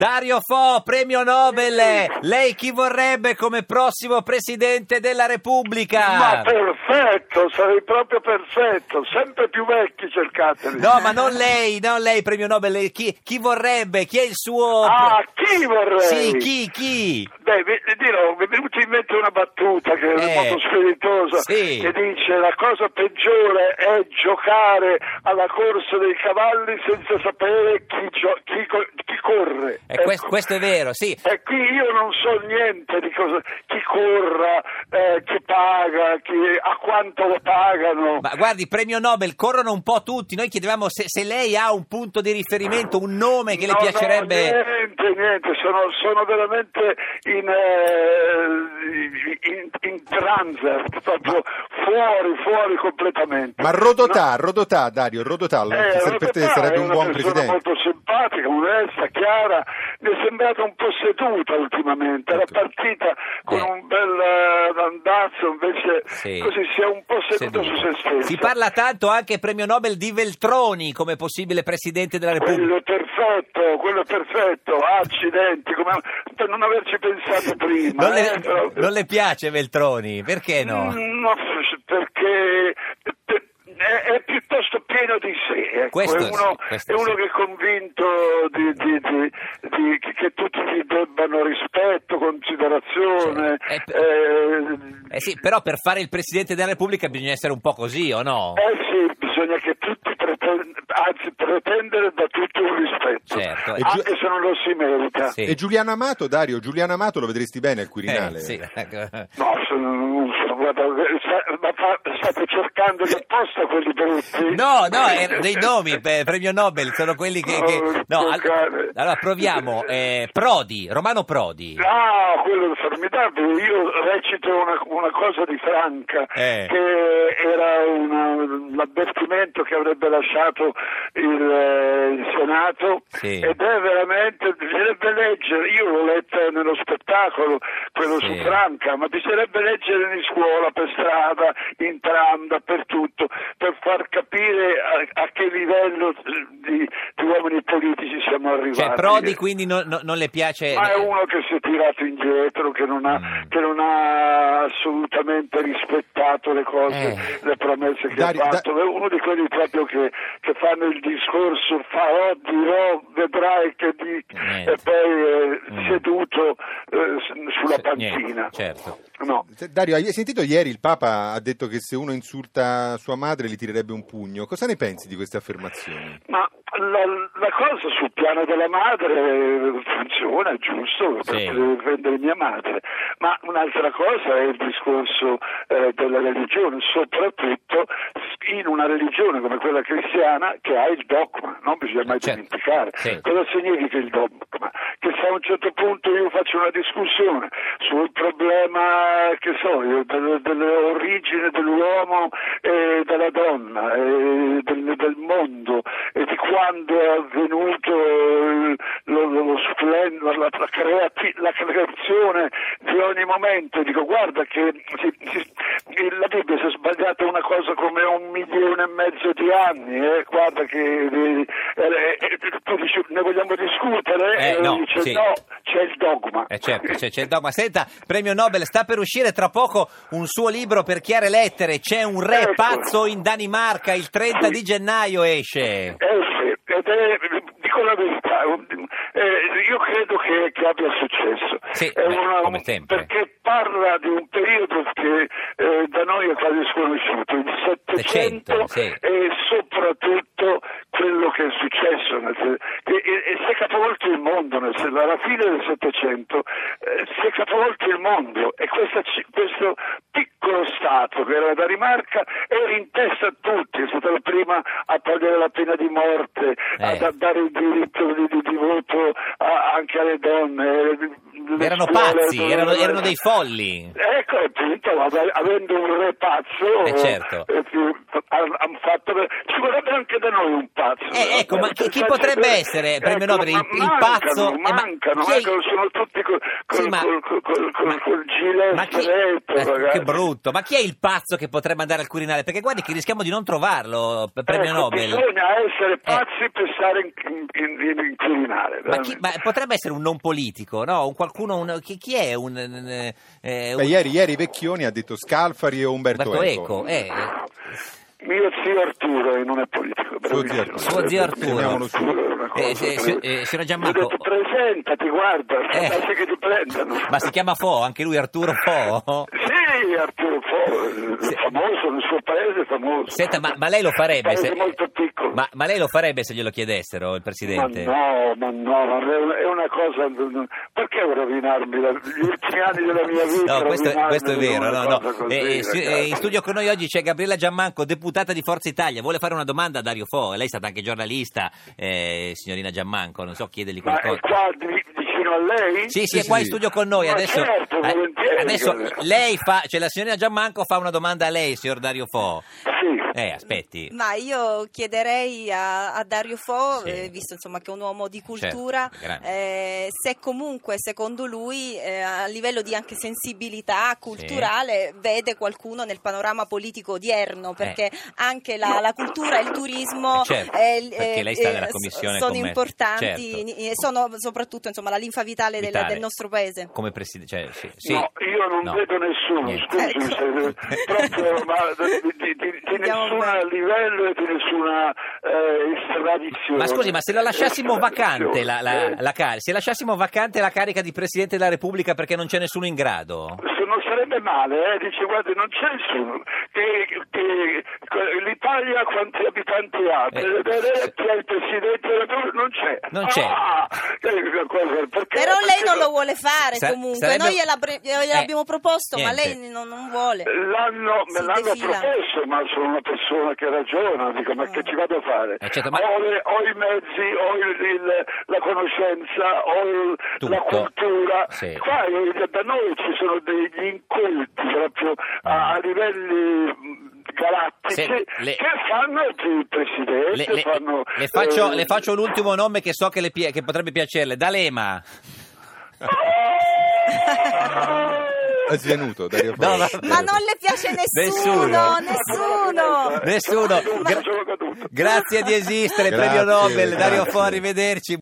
Dario Fo, premio Nobel, lei chi vorrebbe come prossimo Presidente della Repubblica? Ma perfetto, sarei proprio perfetto, sempre più vecchi cercateli. No, ma non lei, premio Nobel, chi vorrebbe, chi è il suo... Chi vorrei? Sì, chi? Beh, mi è venuta in mente una battuta che è molto spiritosa, sì. che dice: la cosa peggiore è giocare alla corsa dei cavalli senza sapere chi corre. Ecco. Questo è vero, sì. E qui io non so niente di cosa, chi corra, chi paga, a quanto lo pagano. Ma guardi, premio Nobel, corrono un po' tutti. Noi chiedevamo se lei ha un punto di riferimento, un nome che le piacerebbe... No, niente, sono veramente in transert, proprio fuori completamente. Ma Rodotà, Dario, Rodotà per te sarebbe un buon presidente. È molto simpatica, onesta, chiara, mi è sembrata un po' seduta ultimamente, era partita con un bel andazzo, invece così si è un po' seduta su se stessa. Si parla tanto anche premio Nobel di Veltroni come possibile Presidente della Repubblica. Quello è perfetto, accidenti, come per non averci pensato prima. Non le piace Veltroni? Perché no? No, perché è piuttosto pieno di sé. Ecco. È uno che è convinto che tutti gli debbano rispetto, considerazione. Sì, però per fare il Presidente della Repubblica bisogna essere un po' così, o no? Sì, bisogna che tutti pretendere da tutti un rispetto, certo. Anche se non lo si merita. Sì. E Giuliano Amato, Dario, lo vedresti bene al Quirinale? Sì. No, guarda, state cercando di apposta quelli brutti? No, dei nomi, premio Nobel, sono quelli che... No, allora proviamo, Romano Prodi. Quello è formidabile. Io recito una cosa di Franca, che era l'avvertimento che avrebbe lasciato il Senato, ed è veramente, bisognerebbe leggere, io l'ho letta nello spettacolo, quello su Franca, ma bisognerebbe leggere in scuola, per strada, in tram, dappertutto, per far capire a che livello di uomini politici siamo arrivati. Cioè Prodi quindi non le piace? Ma è uno che si è tirato indietro, che non ha assolutamente rispettato le cose, le promesse che ha fatto. È uno di quelli proprio che fanno il discorso, farò, dirò, vedrai che e poi seduto sulla panchina. Certo. No. Dario, hai sentito ieri il Papa ha detto che se uno insulta sua madre gli tirerebbe un pugno. Cosa ne pensi di queste affermazioni? Ma la cosa sul piano della madre funziona, è giusto, perché deve difendere mia madre, ma un'altra cosa è il discorso della religione, soprattutto in una religione come quella cristiana che ha il dogma, non bisogna mai dimenticare. Cosa significa il dogma? Che se a un certo punto io faccio una discussione sul problema, che so io, delle origini dell'uomo e della donna, e del mondo, e di quando è avvenuto lo splendore, la creazione di ogni momento, dico guarda che la Bibbia si è sbagliata una cosa come 1,5 milioni di anni, guarda che tu dici ne vogliamo discutere? No, c'è il dogma. Certo, c'è il dogma. Senta, premio Nobel, sta per uscire tra poco un suo libro per chiare lettere, c'è un re pazzo in Danimarca, il 30 di gennaio esce. Ed dico la verità, io credo che abbia successo. Come sempre. Perché parla di un periodo che da noi è quasi sconosciuto, il Settecento, e soprattutto quello che è successo, e si è capovolto il mondo, alla fine del Settecento si è capovolto il mondo, e questo piccolo Stato che era la Danimarca era in testa a tutti, è stata la prima a togliere la pena di morte, a dare il diritto di voto anche alle donne. Erano pazzi, erano dei folli. Ecco, appunto, avendo un re pazzo, hanno fatto, ci vorrebbe anche da noi un pazzo. Ecco, ma chi potrebbe essere premio Nobel? Il pazzo? Mancano, sono tutti col gilet stretto, ragazzi. Che brutto, ma chi è il pazzo che potrebbe andare al Quirinale? Perché guardi che rischiamo di non trovarlo, premio Nobel. Bisogna essere pazzi per stare in Quirinale. Ma potrebbe essere un non politico, no? Chi è Ieri Vecchioni ha detto Scalfari o Umberto Eco. Mio zio Arturo, e non è politico. Suo zio Arturo. Signor Gianmarco. Presentati, guarda, basta che ti prendano. Ma si chiama Fo, anche lui Arturo Fo? Sì, Arturo Fo, famoso, nel suo paese è famoso. Senta, ma lei lo farebbe? È molto piccolo. Ma lei lo farebbe se glielo chiedessero, il Presidente? Ma no, è una cosa... Perché rovinarmi gli ultimi anni della mia vita? No, questo è vero. In studio con noi oggi c'è Gabriella Giammanco, deputata di Forza Italia. Vuole fare una domanda a Dario Fo? Lei è stata anche giornalista, signorina Giammanco, non so, chiedergli qualcosa. Ma è qua vicino a lei? Sì, è qua in studio con noi. Adesso lei la signorina Giammanco fa una domanda a lei, signor Dario Fo. Sì. Aspetti. Ma io chiederei a Dario Fo, visto insomma che è un uomo di cultura, se comunque secondo lui a livello di anche sensibilità culturale vede qualcuno nel panorama politico odierno, perché anche la cultura e il turismo perché lei sta nella commissione sono importanti, sono soprattutto insomma la linfa vitale del nostro paese. Come presidente, No, io non vedo nessuno, scusi, proprio di nessun livello e di nessuna estradizione. Ma scusi, ma se la lasciassimo vacante se lasciassimo vacante la carica di Presidente della Repubblica perché non c'è nessuno in grado? Non sarebbe male, dice guarda non c'è nessuno, che l'Italia quanti abitanti ha? Chi è il Presidente della Repubblica? Non c'è. Però lei non lo vuole fare comunque, noi gliel'abbiamo proposto, ma lei non vuole. Me l'hanno proposto, ma sono una persona che ragiona, dico ma che ci vado a fare? Ho i mezzi, ho la conoscenza, ho la cultura. Qua da noi ci sono degli incolti proprio a livelli galattici che fanno il Presidente. Le faccio l'ultimo nome che so che potrebbe piacerle, D'Alema. È svenuto, Dario Fo. Ma non le piace nessuno. Grazie di esistere, premio Nobel, Dario Fo, arrivederci.